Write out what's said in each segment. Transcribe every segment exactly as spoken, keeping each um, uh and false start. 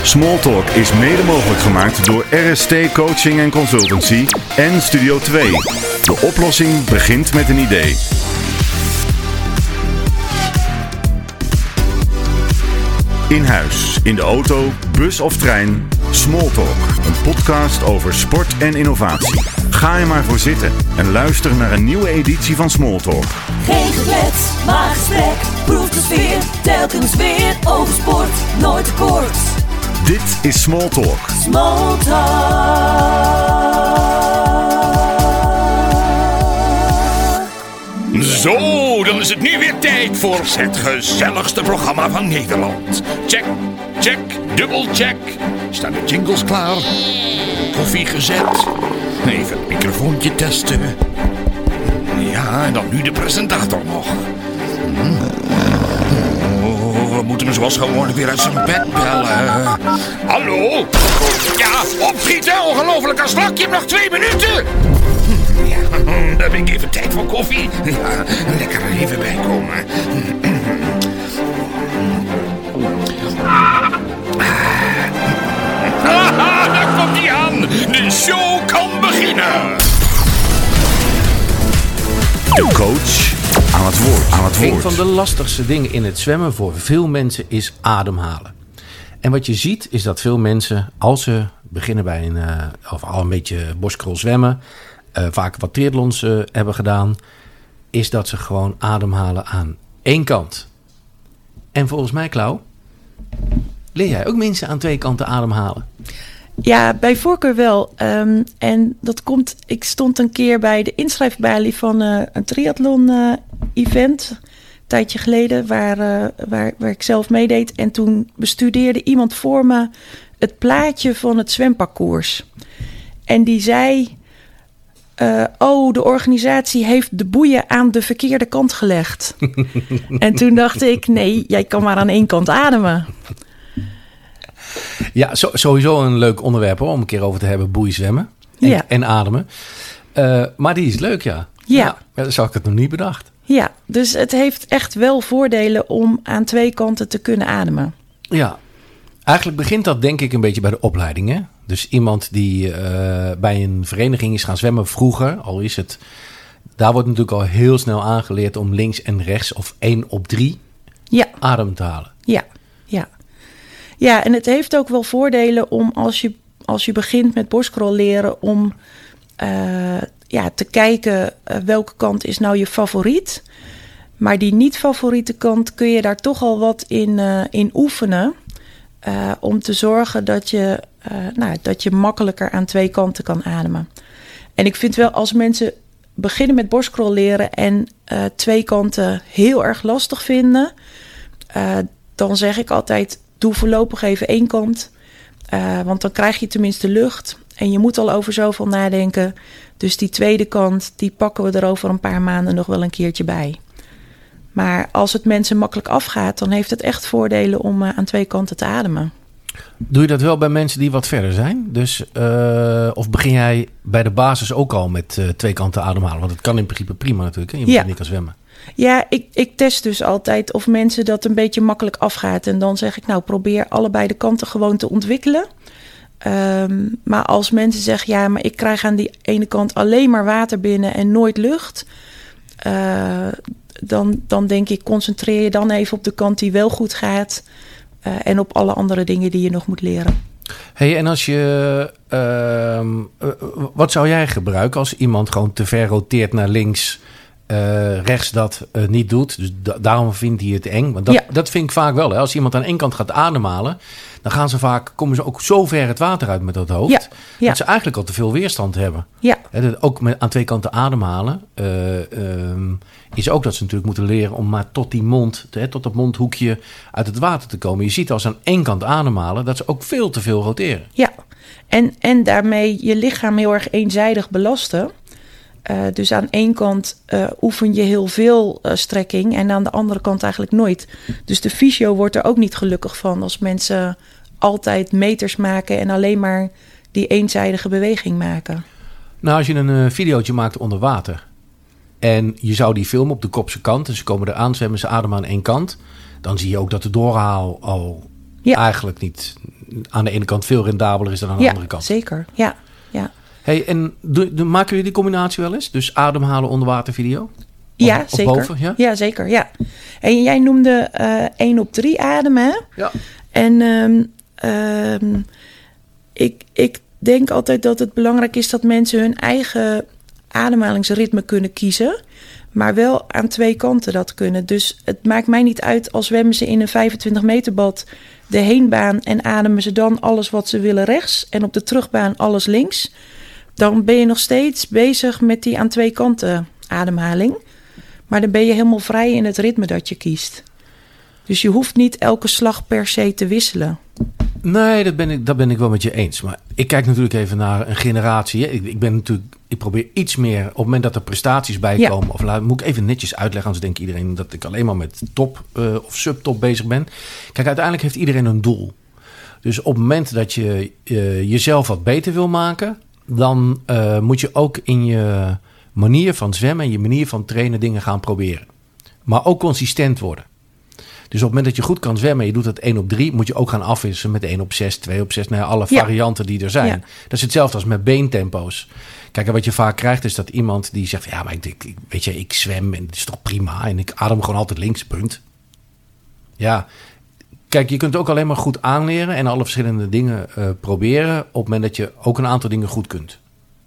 Smalltalk is mede mogelijk gemaakt door R S T Coaching en Consultancy en Studio twee. De oplossing begint met een idee. In huis, in de auto, bus of trein. Smalltalk, een podcast over sport en innovatie. Ga er maar voor zitten en luister naar een nieuwe editie van Smalltalk. Geen geklets, maar gesprek. Proef de sfeer, telkens weer over sport. Nooit te kort. Dit is Smalltalk. Smalltalk. Zo, dan is het nu weer tijd voor het gezelligste programma van Nederland. Check, check, dubbel check. Staan de jingles klaar? Koffie gezet. Even het microfoontje testen. Ja, en dan nu de presentator nog. Oh, we moeten hem zoals gewoonlijk weer uit zijn bed bellen. Hallo? Ja, opschieten, ongelooflijk een slakje, nog twee minuten. Ja, dan heb ik even tijd voor koffie. Ja, lekker er even bij komen. Haha, daar komt hij aan. De show kan beginnen. De coach aan het woord. Aan het woord. Een van de lastigste dingen in het zwemmen voor veel mensen is ademhalen. En wat je ziet is dat veel mensen, als ze beginnen bij een, uh, of al een beetje borstcrawl zwemmen, uh, vaak wat triathlons uh, hebben gedaan, is dat ze gewoon ademhalen aan één kant. En volgens mij, Klauw, leer jij ook mensen aan twee kanten ademhalen? Ja, bij voorkeur wel. Um, en dat komt, ik stond een keer bij de inschrijfbalie van uh, een triathlon uh, event, een tijdje geleden, waar, uh, waar, waar ik zelf meedeed. En toen bestudeerde iemand voor me het plaatje van het zwemparcours. En die zei, uh, oh, de organisatie heeft de boeien aan de verkeerde kant gelegd. En toen dacht ik, nee, jij kan maar aan één kant ademen. Ja, so, sowieso een leuk onderwerp hoor, om een keer over te hebben. Boeien zwemmen en, ja. en ademen. Uh, maar die is leuk, ja. Ja. Ja, dat zou ik het nog niet bedacht. Ja, dus het heeft echt wel voordelen om aan twee kanten te kunnen ademen. Ja, eigenlijk begint dat denk ik een beetje bij de opleiding. Hè? Dus iemand die uh, bij een vereniging is gaan zwemmen vroeger, al is het, daar wordt natuurlijk al heel snel aangeleerd om links en rechts of één op drie ja. adem te halen. Ja, ja. Ja, en het heeft ook wel voordelen om als je, als je begint met borstcrawl leren om uh, ja, te kijken uh, welke kant is nou je favoriet. Maar die niet-favoriete kant kun je daar toch al wat in, uh, in oefenen. Uh, om te zorgen dat je, uh, nou, dat je makkelijker aan twee kanten kan ademen. En ik vind wel als mensen beginnen met borstcrawl leren en uh, twee kanten heel erg lastig vinden, uh, dan zeg ik altijd, doe voorlopig even één kant. Uh, want dan krijg je tenminste lucht. En je moet al over zoveel nadenken. Dus die tweede kant, die pakken we er over een paar maanden nog wel een keertje bij. Maar als het mensen makkelijk afgaat, dan heeft het echt voordelen om uh, aan twee kanten te ademen. Doe je dat wel bij mensen die wat verder zijn? Dus, uh, of begin jij bij de basis ook al met uh, twee kanten ademhalen? Want het kan in principe prima natuurlijk. Hè? Je moet ja. niet kan zwemmen. Ja, ik, ik test dus altijd of mensen dat een beetje makkelijk afgaat. En dan zeg ik, nou, probeer allebei de kanten gewoon te ontwikkelen. Um, maar als mensen zeggen, ja, maar ik krijg aan die ene kant alleen maar water binnen en nooit lucht. Uh, dan, dan denk ik, concentreer je dan even op de kant die wel goed gaat. Uh, en op alle andere dingen die je nog moet leren. Hey, en als je, uh, wat zou jij gebruiken als iemand gewoon te ver roteert naar links, Uh, rechts dat uh, niet doet. Dus da- daarom vindt hij het eng. Want dat, ja. dat vind ik vaak wel. Hè. Als iemand aan één kant gaat ademhalen, dan gaan ze vaak, komen ze ook zo ver het water uit met dat hoofd, ja. Ja. dat ze eigenlijk al te veel weerstand hebben. Ja. Hè, dat ook met, aan twee kanten ademhalen uh, um, is ook dat ze natuurlijk moeten leren om maar tot die mond, hè, tot dat mondhoekje uit het water te komen. Je ziet als ze aan één kant ademhalen, dat ze ook veel te veel roteren. Ja, en, en daarmee je lichaam heel erg eenzijdig belasten. Uh, dus aan één kant uh, oefen je heel veel uh, strekking en aan de andere kant eigenlijk nooit. Dus de fysio wordt er ook niet gelukkig van als mensen altijd meters maken en alleen maar die eenzijdige beweging maken. Nou, als je een uh, videootje maakt onder water en je zou die filmen op de kopse kant, dus ze komen eraan, zwemmen, ze ademen aan één kant, dan zie je ook dat de doorhaal al ja. eigenlijk niet, aan de ene kant veel rendabeler is dan aan de ja, andere kant. Zeker. Ja, ja. Hey, en do, do, maken jullie die combinatie wel eens? Dus ademhalen onderwater video? Of, Ja, of zeker. boven, ja? ja, zeker. Ja. En jij noemde uh, één op drie ademen. Hè? Ja. En um, um, ik, ik denk altijd dat het belangrijk is dat mensen hun eigen ademhalingsritme kunnen kiezen. Maar wel aan twee kanten dat kunnen. Dus het maakt mij niet uit als zwemmen ze in een vijfentwintig meter bad de heenbaan en ademen ze dan alles wat ze willen rechts. En op de terugbaan alles links. Dan ben je nog steeds bezig met die aan twee kanten ademhaling. Maar dan ben je helemaal vrij in het ritme dat je kiest. Dus je hoeft niet elke slag per se te wisselen. Nee, dat ben ik, dat ben ik wel met je eens. Maar ik kijk natuurlijk even naar een generatie. Hè. Ik, ik ben natuurlijk, ik probeer iets meer, op het moment dat er prestaties bij Ja. komen, of laat, moet ik even netjes uitleggen, anders denkt iedereen dat ik alleen maar met top uh, of subtop bezig ben. Kijk, uiteindelijk heeft iedereen een doel. Dus op het moment dat je uh, jezelf wat beter wil maken, dan uh, moet je ook in je manier van zwemmen en je manier van trainen dingen gaan proberen. Maar ook consistent worden. Dus op het moment dat je goed kan zwemmen en je doet dat één op drie, moet je ook gaan afwisselen met één op zes, twee op zes. Nou ja, alle Ja. varianten die er zijn. Ja. Dat is hetzelfde als met beentempo's. Kijk, en wat je vaak krijgt is dat iemand die zegt, ja, maar ik, ik, weet je, ik zwem en het is toch prima. En ik adem gewoon altijd links, punt. Ja, kijk, je kunt het ook alleen maar goed aanleren en alle verschillende dingen uh, proberen op het moment dat je ook een aantal dingen goed kunt.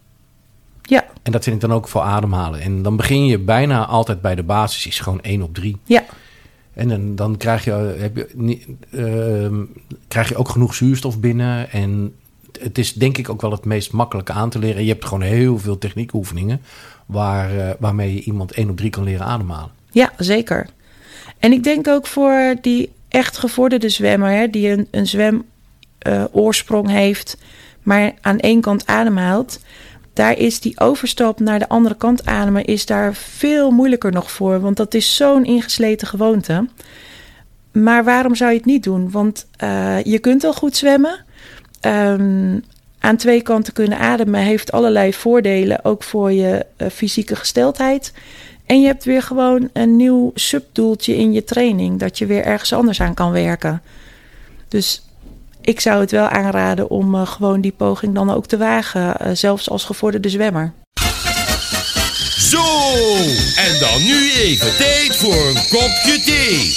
Ja, En dat vind ik dan ook voor ademhalen. En dan begin je bijna altijd bij de basis, is gewoon één op drie. ja, En dan, dan krijg, je, heb je, uh, krijg je ook genoeg zuurstof binnen. En het is denk ik ook wel het meest makkelijke aan te leren. Je hebt gewoon heel veel techniekoefeningen waar, uh, waarmee je iemand één op drie kan leren ademhalen. ja, zeker. En ik denk ook voor die echt gevorderde zwemmer, hè, die een, een zwemoorsprong uh, heeft, maar aan één kant ademhaalt, daar is die overstap naar de andere kant ademen is daar veel moeilijker nog voor. Want dat is zo'n ingesleten gewoonte. Maar waarom zou je het niet doen? Want uh, je kunt al goed zwemmen. Um, aan twee kanten kunnen ademen heeft allerlei voordelen. Ook voor je uh, fysieke gesteldheid. En je hebt weer gewoon een nieuw subdoeltje in je training. Dat je weer ergens anders aan kan werken. Dus ik zou het wel aanraden om uh, gewoon die poging dan ook te wagen. Uh, zelfs als gevorderde zwemmer. Zo, en dan nu even tijd voor een kopje thee.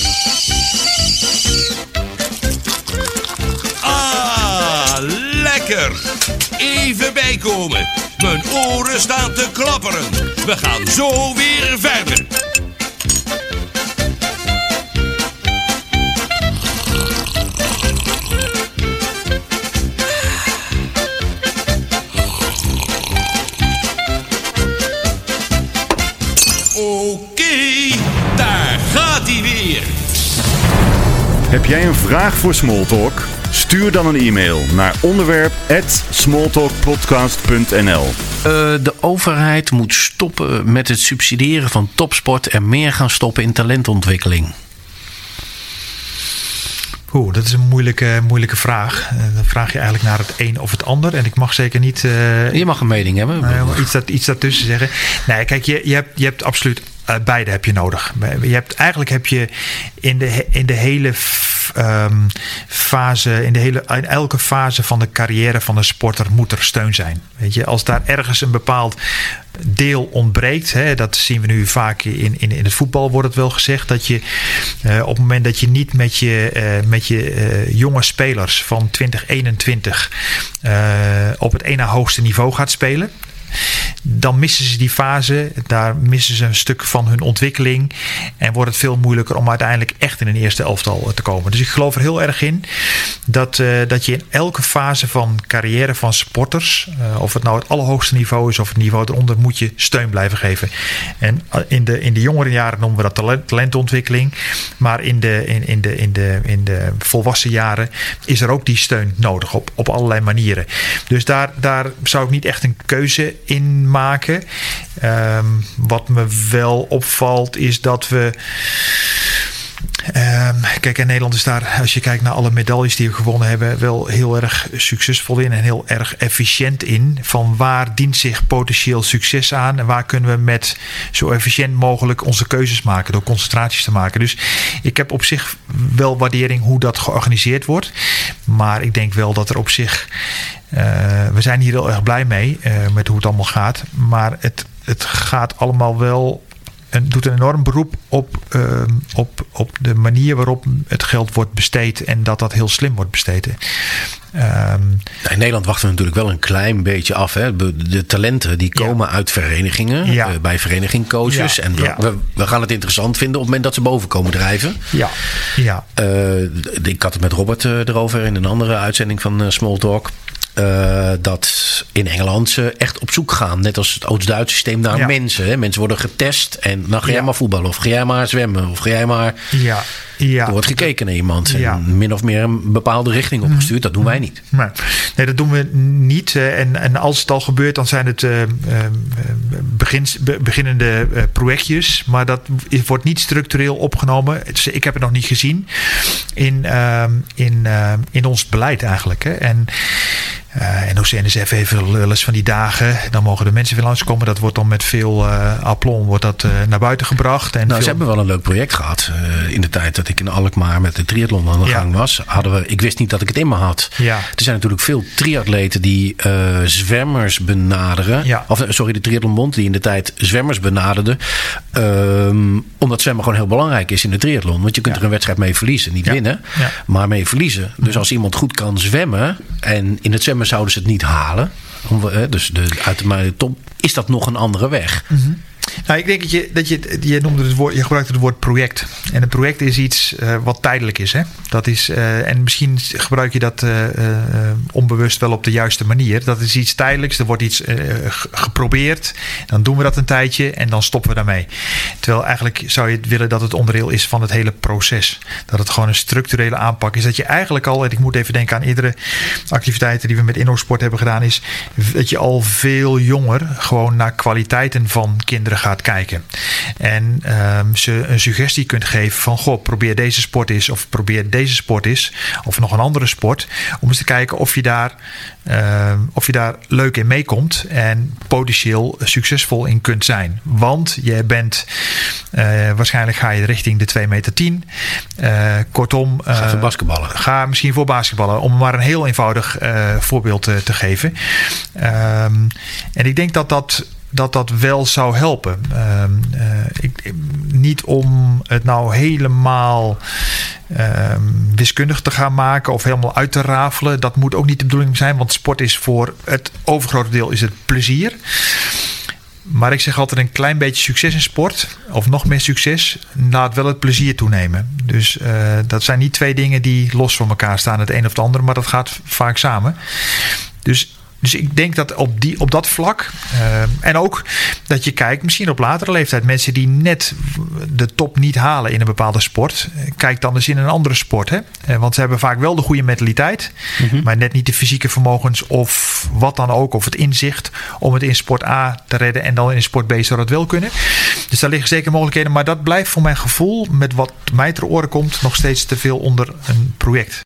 Ah, lekker. Even bijkomen. Mijn oren staan te klapperen. We gaan zo weer verder. Oké, daar gaat hij weer. Heb jij een vraag voor Smalltalk? Stuur dan een e-mail naar onderwerp at smalltalkpodcast punt n l. Uh, de overheid moet stoppen met het subsidiëren van topsport en meer gaan stoppen in talentontwikkeling. Oeh, dat is een moeilijke, moeilijke vraag. Uh, dan vraag je eigenlijk naar het een of het ander. En ik mag zeker niet... Uh, je mag een mening hebben. Uh, iets, dat, iets daartussen zeggen. Nee, kijk, je, je, hebt, je hebt absoluut... Uh, beide heb je nodig. Je hebt, eigenlijk heb je in de, in de hele um, fase, in, de hele, in elke fase van de carrière van een sporter moet er steun zijn. Weet je, als daar ergens een bepaald deel ontbreekt, hè, dat zien we nu vaak in, in, in het voetbal wordt het wel gezegd, dat je uh, op het moment dat je niet met je, uh, met je uh, jonge spelers van twintig eenentwintig uh, op het één na hoogste niveau gaat spelen, dan missen ze die fase, daar missen ze een stuk van hun ontwikkeling en wordt het veel moeilijker om uiteindelijk echt in een eerste elftal te komen. Dus ik geloof er heel erg in dat, uh, dat je in elke fase van carrière van sporters, uh, of het nou het allerhoogste niveau is of het niveau eronder, moet je steun blijven geven. En in de, in de jongere jaren noemen we dat talent, talentontwikkeling, maar in de, in, in, de, in, de, in de volwassen jaren is er ook die steun nodig op, op allerlei manieren. Dus daar, daar zou ik niet echt een keuze in maken. Um, wat me wel opvalt is dat we Um, kijk, in Nederland is daar, als je kijkt naar alle medailles die we gewonnen hebben, wel heel erg succesvol in en heel erg efficiënt in. Van waar dient zich potentieel succes aan en waar kunnen we met zo efficiënt mogelijk onze keuzes maken door concentraties te maken. Dus ik heb op zich wel waardering hoe dat georganiseerd wordt. Maar ik denk wel dat er op zich, uh, we zijn hier heel erg blij mee uh, met hoe het allemaal gaat. Maar het, het gaat allemaal wel. En doet een enorm beroep op, uh, op, op de manier waarop het geld wordt besteed. En dat dat heel slim wordt besteed. Um, in Nederland wachten we natuurlijk wel een klein beetje af. Hè? De talenten die komen ja. uit verenigingen. Ja. Uh, bij verenigingcoaches. Ja. En we, ja. we, we gaan het interessant vinden op het moment dat ze boven komen drijven. Ja. Ja. Uh, ik had het met Robert uh, erover in een andere uitzending van uh, Small Talk. Uh, dat in Engeland ze echt op zoek gaan. Net als het Oost-Duits systeem naar ja. mensen. Hè? Mensen worden getest. En dan ga jij ja. maar voetballen. Of ga jij maar zwemmen. Of ga jij maar... Ja. Ja. Er wordt gekeken naar iemand. Ja. En min of meer een bepaalde richting opgestuurd. Dat doen wij niet. Nee, nee dat doen we niet. En, en als het al gebeurt, dan zijn het uh, uh, begins, be, beginnende uh, projectjes. Maar dat wordt niet structureel opgenomen. Ik heb het nog niet gezien. In, uh, in, uh, in ons beleid eigenlijk. Hè. En... Uh, en O C N S F heeft wel eens van die dagen. Dan mogen de mensen weer langskomen. Dat wordt dan met veel uh, aplomb wordt dat, uh, naar buiten gebracht. En nou, veel... ze hebben wel een leuk project gehad. Uh, in de tijd dat ik in Alkmaar met de triathlon aan de ja. gang was. Hadden we, ik wist niet dat ik het in me had. Ja. Er zijn natuurlijk veel triatleten die uh, zwemmers benaderen. Ja. Of sorry, de Triathlonbond die in de tijd zwemmers benaderde. Um, omdat zwemmen gewoon heel belangrijk is in de triathlon. Want je kunt ja. er een wedstrijd mee verliezen. Niet ja. winnen, ja. maar mee verliezen. Dus als iemand goed kan zwemmen. En in het zwemmen zouden ze het niet halen. Dus de, uit de top is dat nog een andere weg. Mm-hmm. Nou, ik denk dat je, dat je, je noemde het woord, je gebruikte het woord project. En een project is iets uh, wat tijdelijk is. Hè? Dat is uh, en misschien gebruik je dat uh, uh, onbewust wel op de juiste manier. Dat is iets tijdelijks. Er wordt iets uh, geprobeerd. Dan doen we dat een tijdje en dan stoppen we daarmee. Terwijl eigenlijk zou je willen dat het onderdeel is van het hele proces. Dat het gewoon een structurele aanpak is. Dat je eigenlijk al, en ik moet even denken aan eerdere activiteiten die we met InnoSport hebben gedaan, is dat je al veel jonger gewoon naar kwaliteiten van kinderen gaat kijken. En um, ze een suggestie kunt geven van goh, probeer deze sport eens of probeer deze sport eens of nog een andere sport. Om eens te kijken of je daar, uh, of je daar leuk in meekomt en potentieel succesvol in kunt zijn. Want je bent uh, waarschijnlijk ga je richting de twee meter tien. Uh, kortom, uh, ga voor basketballen. Ga misschien voor basketballen. Om maar een heel eenvoudig uh, voorbeeld uh, te geven. Um, en ik denk dat dat dat dat wel zou helpen. Uh, uh, ik, niet om het nou helemaal uh, wiskundig te gaan maken of helemaal uit te rafelen. Dat moet ook niet de bedoeling zijn, want sport is voor het overgrote deel is het plezier. Maar ik zeg altijd een klein beetje succes in sport, of nog meer succes, laat wel het plezier toenemen. Dus uh, dat zijn niet twee dingen die los van elkaar staan, het een of het ander, maar dat gaat vaak samen. Dus Dus ik denk dat op, die, op dat vlak, uh, en ook dat je kijkt, misschien op latere leeftijd, mensen die net de top niet halen in een bepaalde sport, kijk dan eens in een andere sport. Hè? Uh, want ze hebben vaak wel de goede mentaliteit, mm-hmm. maar net niet de fysieke vermogens of wat dan ook, of het inzicht om het in sport A te redden en dan in sport B zou dat wel kunnen. Dus daar liggen zeker mogelijkheden, maar dat blijft voor mijn gevoel, met wat mij ter oren komt, nog steeds te veel onder een project.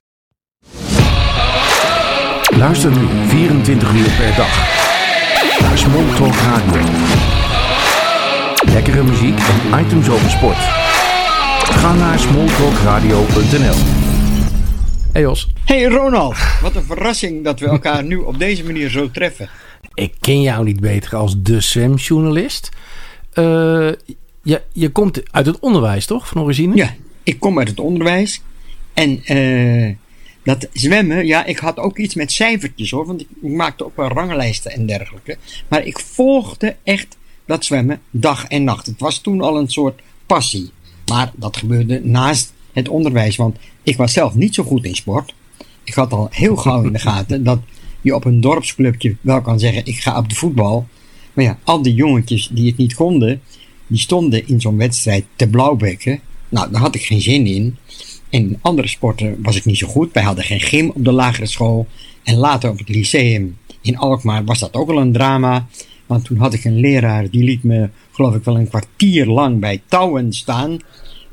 Luister nu vierentwintig uur per dag naar Small Talk Radio. Lekkere muziek en items over sport. Ga naar small talk radio punt n l. Hey Jos. Hey Ronald, wat een verrassing dat we elkaar nu op deze manier zo treffen. Ik ken jou niet beter als de zwemjournalist. Uh, je, je komt uit het onderwijs toch, van origine? Ja, ik kom uit het onderwijs. En uh, dat zwemmen, ja, ik had ook iets met cijfertjes hoor. Want ik maakte ook wel ranglijsten en dergelijke. Maar ik volgde echt dat zwemmen dag en nacht. Het was toen al een soort passie. Maar dat gebeurde naast het onderwijs. Want ik was zelf niet zo goed in sport. Ik had al heel gauw in de gaten dat je op een dorpsclubje wel kan zeggen, ik ga op de voetbal. Maar ja, al die jongetjes die het niet konden, die stonden in zo'n wedstrijd te blauwbekken. Nou, daar had ik geen zin in. In andere sporten was ik niet zo goed. Wij hadden geen gym op de lagere school. En later op het lyceum in Alkmaar was dat ook al een drama. Want toen had ik een leraar, die liet me, geloof ik wel een kwartier lang bij touwen staan.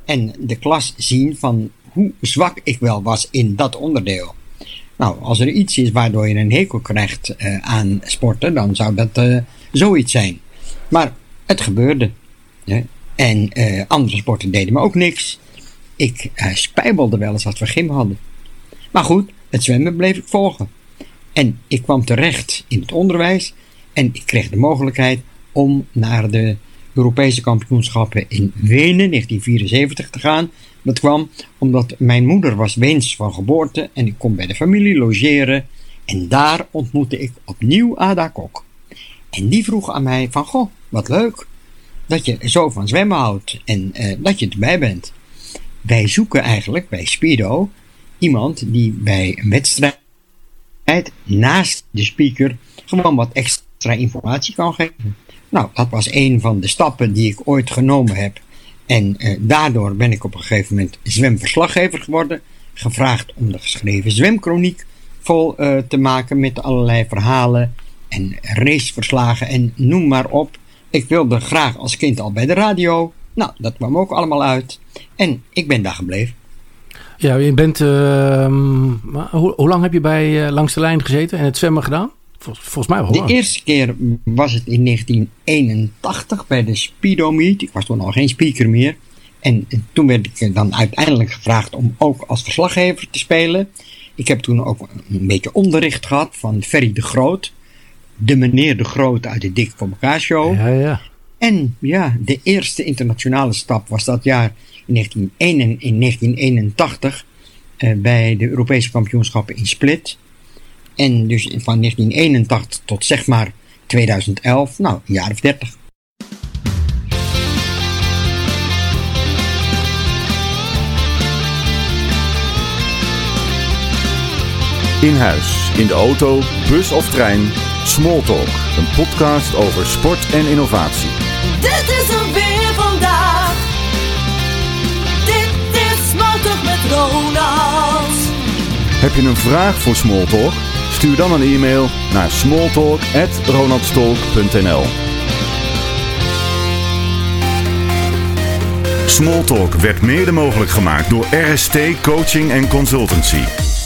en de klas zien van hoe zwak ik wel was in dat onderdeel. Nou, als er iets is waardoor je een hekel krijgt uh, aan sporten, dan zou dat uh, zoiets zijn. Maar het gebeurde. Hè? En uh, andere sporten deden me ook niks. Ik uh, spijbelde wel eens wat we gym hadden. Maar goed, het zwemmen bleef ik volgen. En ik kwam terecht in het onderwijs en ik kreeg de mogelijkheid om naar de Europese kampioenschappen in Wenen negentien vierenzeventig te gaan. Dat kwam omdat mijn moeder was Weens van geboorte en ik kon bij de familie logeren. En daar ontmoette ik opnieuw Ada Kok. En die vroeg aan mij van, goh, wat leuk dat je zo van zwemmen houdt en uh, dat je erbij bent. Wij zoeken eigenlijk bij Speedo iemand die bij een wedstrijd naast de speaker gewoon wat extra informatie kan geven. Nou, dat was een van de stappen die ik ooit genomen heb. En uh, daardoor ben ik op een gegeven moment zwemverslaggever geworden. Gevraagd om de geschreven zwemkroniek vol uh, te maken met allerlei verhalen en raceverslagen en noem maar op. Ik wilde graag als kind al bij de radio. Nou, dat kwam ook allemaal uit. En ik ben daar gebleven. Ja, je bent... Uh, hoe, hoe lang heb je bij uh, Langs de Lijn gezeten en het zwemmen gedaan? Vol, volgens mij wel. De lang. eerste keer was het in negentien eenentachtig bij de Speedo Meet. Ik was toen al geen speaker meer. En toen werd ik dan uiteindelijk gevraagd om ook als verslaggever te spelen. Ik heb toen ook een beetje onderricht gehad van Ferry de Groot. De meneer de Groot uit de Dik voor elkaar show. Ja, ja. En ja, de eerste internationale stap was dat jaar in negentien eenentachtig uh, bij de Europese kampioenschappen in Split. En dus van negentien eenentachtig tot zeg maar tweeduizend elf, nou een jaar of dertig. In huis, in de auto, bus of trein, Smalltalk. Een podcast over sport en innovatie. Dit is hem weer vandaag. Dit is Smalltalk met Ronald. Heb je een vraag voor Smalltalk? Stuur dan een e-mail naar smalltalk at ronaldstolk punt n l. Smalltalk werd mede mogelijk gemaakt door R S T Coaching en Consultancy.